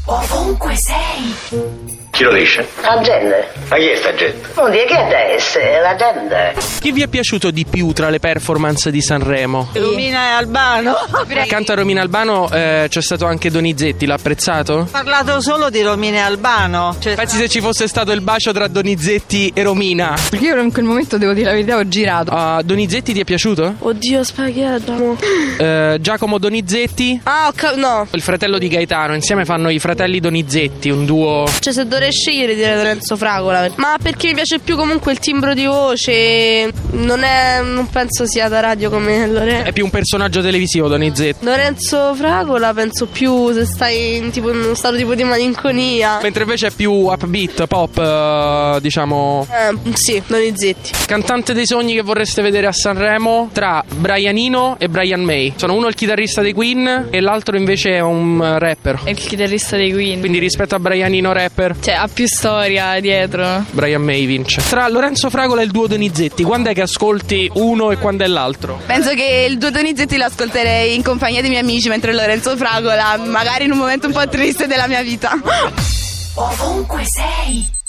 Ovunque sei. Chi lo dice? La gente. Ma chi è sta gente? Non dire che adesso, la gente. Chi vi è piaciuto di più tra le performance di Sanremo? Romina e Albano. Accanto a Romina Albano c'è stato anche Donizetti, l'ha apprezzato? Ho parlato solo di Romina e Albano. Pensi se ci fosse stato il bacio tra Donizetti e Romina? Perché io in quel momento, devo dire la verità, ho girato. Donizetti ti è piaciuto? Oddio, spaghetto. Giacomo Donizetti? No. Il fratello di Gaetano, insieme fanno i fratelli Donizetti, un duo. Cioè, se dovrei scegliere direi Lorenzo Fragola. Ma perché mi piace più comunque il timbro di voce. Non penso sia da radio come Lorenzo. È più un personaggio televisivo Donizetti. Lorenzo Fragola penso più se stai in uno stato tipo di malinconia. Mentre invece è più upbeat, pop, diciamo. Sì, Donizetti. Cantante dei sogni che vorreste vedere a Sanremo tra Brian Eno e Brian May. Sono uno il chitarrista dei Queen e l'altro invece è un rapper. È il chitarrista dei Queen. Quindi rispetto a Brian Eno rapper, cioè ha più storia dietro. Brian May vince. Tra Lorenzo Fragola e il duo Donizetti, quando è che ascolti uno e quando è l'altro? Penso che il duo Donizetti lo ascolterei in compagnia dei miei amici, mentre Lorenzo Fragola magari in un momento un po' triste della mia vita. Ovunque sei.